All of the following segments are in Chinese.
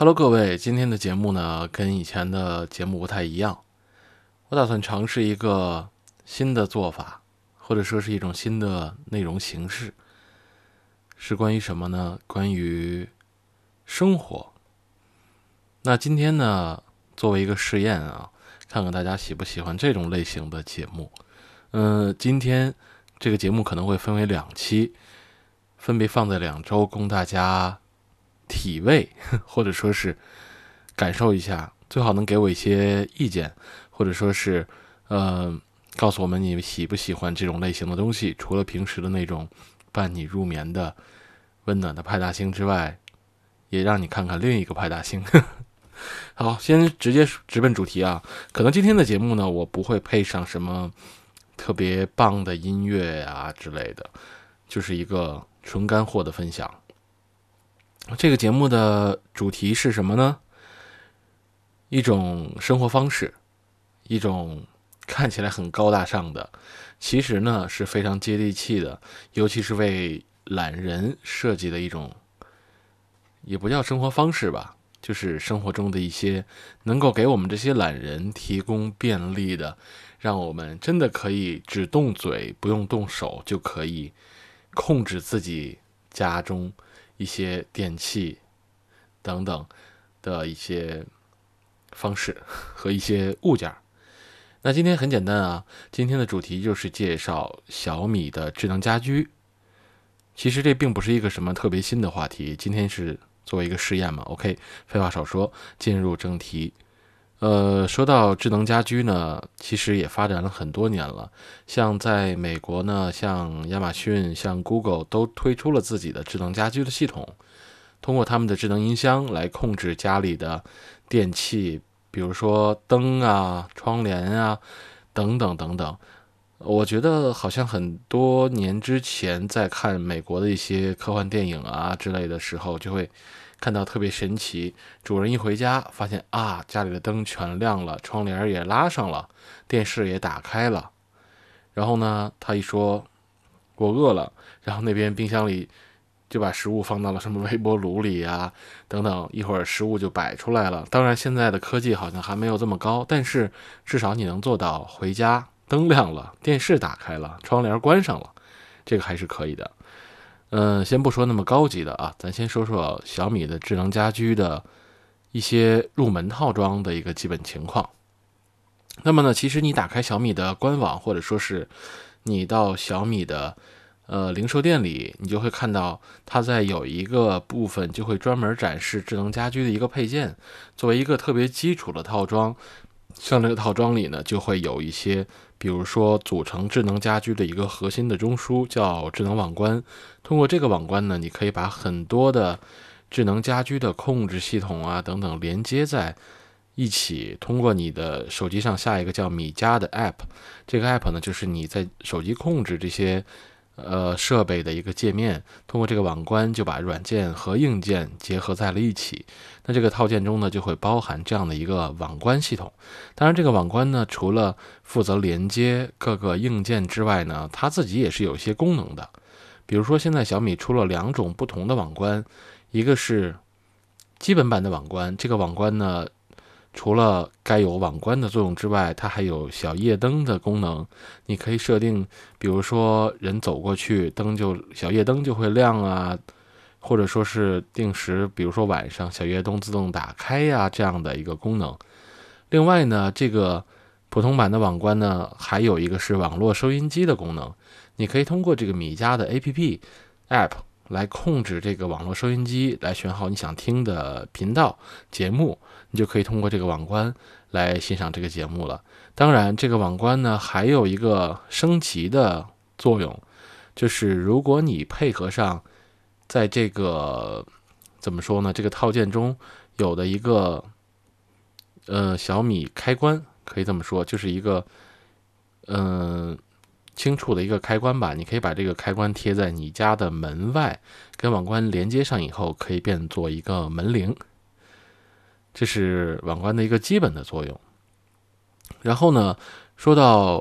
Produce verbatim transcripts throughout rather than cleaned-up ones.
Hello，各位，今天的节目呢，跟以前的节目不太一样。我打算尝试一个新的做法，或者说是一种新的内容形式，是关于什么呢？关于生活。那今天呢，作为一个试验啊，看看大家喜不喜欢这种类型的节目。嗯，今天这个节目可能会分为两期，分别放在两周，供大家体味，或者说是感受一下，最好能给我一些意见，或者说是呃，告诉我们你喜不喜欢这种类型的东西。除了平时的那种伴你入眠的温暖的派大星之外，也让你看看另一个派大星。好，先直接直奔主题啊。可能今天的节目呢，我不会配上什么特别棒的音乐啊之类的，就是一个纯干货的分享。这个节目的主题是什么呢？一种生活方式，一种看起来很高大上的，其实呢是非常接地气的，尤其是为懒人设计的一种，也不叫生活方式吧，就是生活中的一些能够给我们这些懒人提供便利的，让我们真的可以只动嘴不用动手就可以控制自己家中一些电器等等的一些方式和一些物件。那今天很简单啊，今天的主题就是介绍小米的智能家居。其实这并不是一个什么特别新的话题，今天是作为一个试验嘛。 OK， 废话少说，进入正题。呃，说到智能家居呢，其实也发展了很多年了。像在美国呢，像亚马逊、像 Google 都推出了自己的智能家居的系统，通过他们的智能音箱来控制家里的电器，比如说灯啊、窗帘啊等等等等。我觉得好像很多年之前在看美国的一些科幻电影啊之类的时候，就会看到特别神奇，主人一回家发现啊，家里的灯全亮了，窗帘也拉上了，电视也打开了。然后呢，他一说我饿了，然后那边冰箱里就把食物放到了什么微波炉里啊等等，一会儿食物就摆出来了。当然现在的科技好像还没有这么高，但是至少你能做到回家灯亮了，电视打开了，窗帘关上了，这个还是可以的。嗯，先不说那么高级的啊，咱先说说小米的智能家居的一些入门套装的一个基本情况。那么呢，其实你打开小米的官网，或者说是你到小米的呃零售店里，你就会看到它在有一个部分就会专门展示智能家居的一个配件，作为一个特别基础的套装。像这个套装里呢，就会有一些，比如说组成智能家居的一个核心的中枢，叫智能网关。通过这个网关呢，你可以把很多的智能家居的控制系统啊等等连接在一起，通过你的手机上下一个叫米家的 App， 这个 App 呢，就是你在手机控制这些呃设备的一个界面，通过这个网关就把软件和硬件结合在了一起。那这个套件中呢，就会包含这样的一个网关系统。当然这个网关呢，除了负责连接各个硬件之外呢，它自己也是有一些功能的。比如说现在小米出了两种不同的网关，一个是基本版的网关，这个网关呢，除了该有网关的作用之外，它还有小夜灯的功能。你可以设定，比如说人走过去，灯就小夜灯就会亮啊，或者说是定时，比如说晚上小夜灯自动打开呀、啊，这样的一个功能。另外呢，这个普通版的网关呢，还有一个是网络收音机的功能。你可以通过这个米家的 A P P App 来控制这个网络收音机，来选好你想听的频道节目，你就可以通过这个网关来欣赏这个节目了。当然这个网关呢，还有一个升级的作用，就是如果你配合上在这个怎么说呢，这个套件中有的一个呃小米开关，可以这么说，就是一个嗯、呃、轻触的一个开关吧。你可以把这个开关贴在你家的门外，跟网关连接上以后，可以变作一个门铃。这是网关的一个基本的作用。然后呢，说到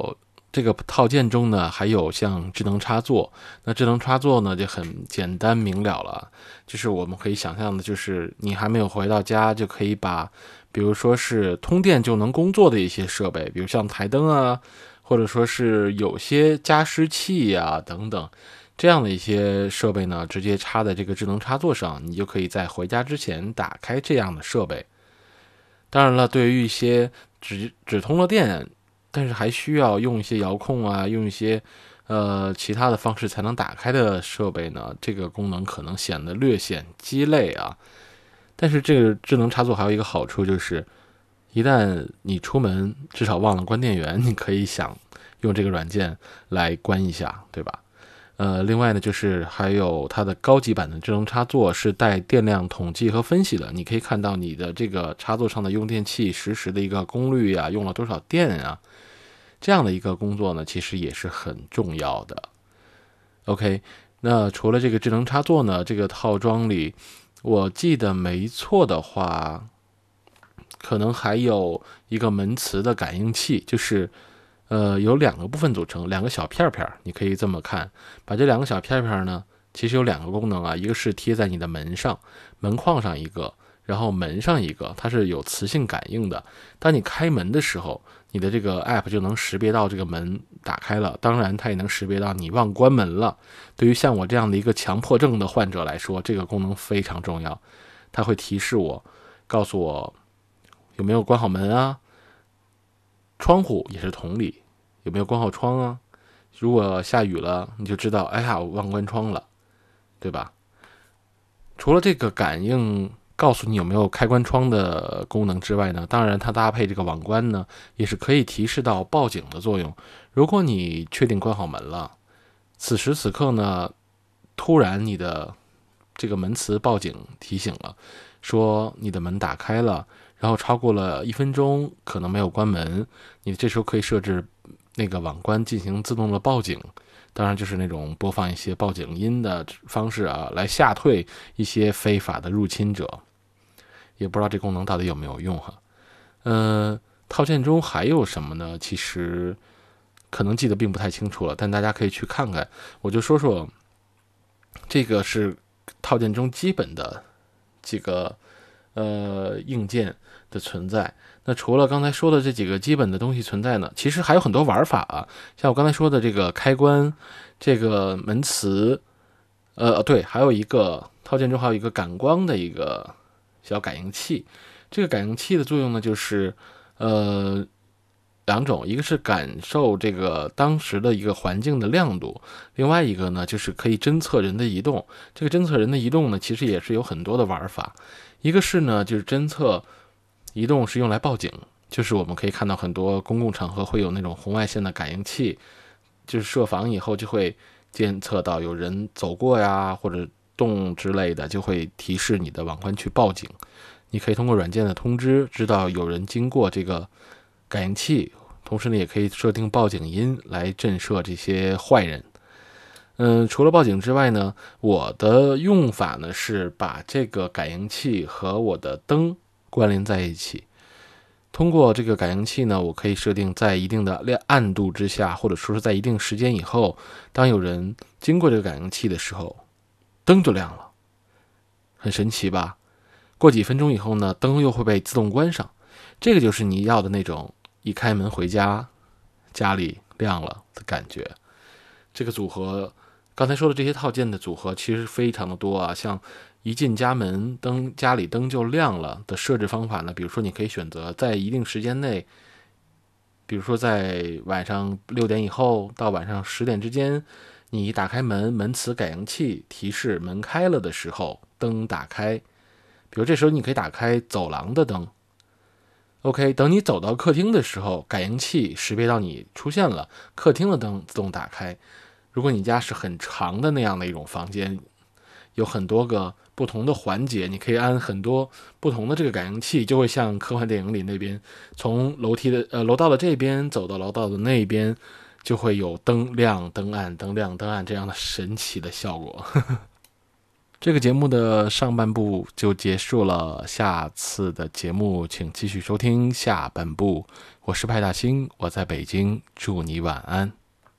这个套件中呢，还有像智能插座。那智能插座呢，就很简单明了了，就是我们可以想象的，就是你还没有回到家，就可以把，比如说是通电就能工作的一些设备，比如像台灯啊，或者说是有些加湿器啊等等，这样的一些设备呢，直接插在这个智能插座上，你就可以在回家之前打开这样的设备。当然了，对于一些只只通了电，但是还需要用一些遥控啊，用一些呃其他的方式才能打开的设备呢，这个功能可能显得略显鸡肋啊。但是这个智能插座还有一个好处就是，一旦你出门至少忘了关电源，你可以想用这个软件来关一下，对吧？呃，另外呢，就是还有它的高级版的智能插座是带电量统计和分析的，你可以看到你的这个插座上的用电器实时的一个功率啊，用了多少电啊，这样的一个工作呢，其实也是很重要的。OK， 那除了这个智能插座呢，这个套装里，我记得没错的话，可能还有一个门磁的感应器，就是呃，有两个部分组成，两个小片片，你可以这么看。把这两个小片片呢，其实有两个功能啊，一个是贴在你的门上，门框上一个，然后门上一个，它是有磁性感应的。当你开门的时候，你的这个 app 就能识别到这个门打开了，当然它也能识别到你忘关门了。对于像我这样的一个强迫症的患者来说，这个功能非常重要，它会提示我，告诉我有没有关好门啊。窗户也是同理，有没有关好窗啊？如果下雨了，你就知道，哎呀，我忘关窗了，对吧？除了这个感应告诉你有没有开关窗的功能之外呢，当然它搭配这个网关呢，也是可以提示到报警的作用。如果你确定关好门了，此时此刻呢，突然你的这个门磁报警提醒了，说你的门打开了，然后超过了一分钟可能没有关门，你这时候可以设置那个网关进行自动的报警，当然就是那种播放一些报警音的方式啊，来吓退一些非法的入侵者。也不知道这功能到底有没有用哈。呃，套件中还有什么呢？其实可能记得并不太清楚了，但大家可以去看看。我就说说这个是套件中基本的几个呃硬件的存在。那除了刚才说的这几个基本的东西存在呢，其实还有很多玩法啊，像我刚才说的这个开关、这个门磁，呃，对，还有一个套件中还有一个感光的一个小感应器。这个感应器的作用呢，就是呃两种，一个是感受这个当时的一个环境的亮度，另外一个呢就是可以侦测人的移动。这个侦测人的移动呢，其实也是有很多的玩法。一个是呢，就是侦测移动是用来报警，就是我们可以看到很多公共场合会有那种红外线的感应器，就是设防以后就会监测到有人走过呀或者动之类的，就会提示你的网关去报警。你可以通过软件的通知知道有人经过这个感应器，同时呢也可以设定报警音来震慑这些坏人。嗯，除了报警之外呢，我的用法呢是把这个感应器和我的灯关联在一起。通过这个感应器呢，我可以设定在一定的暗度之下，或者说是在一定时间以后，当有人经过这个感应器的时候，灯就亮了。很神奇吧？过几分钟以后呢，灯又会被自动关上。这个就是你要的那种一开门回家，家里亮了的感觉。这个组合，刚才说的这些套件的组合其实非常的多啊，像一进家门灯家里灯就亮了的设置方法呢，比如说你可以选择在一定时间内，比如说在晚上六点以后到晚上十点之间，你打开门，门磁感应器提示门开了的时候灯打开。比如这时候你可以打开走廊的灯， OK， 等你走到客厅的时候，感应器识别到你出现了，客厅的灯自动打开。如果你家是很长的那样的一种房间，有很多个不同的环节，你可以安很多不同的这个感应器，就会像科幻电影里那边，从楼梯的呃楼道的这边走到楼道的那边，就会有灯亮灯暗灯亮灯暗这样的神奇的效果。 这个节目的上半部就结束了，下次的节目请继续收听下半部。我是派大星，我在北京，祝你晚安。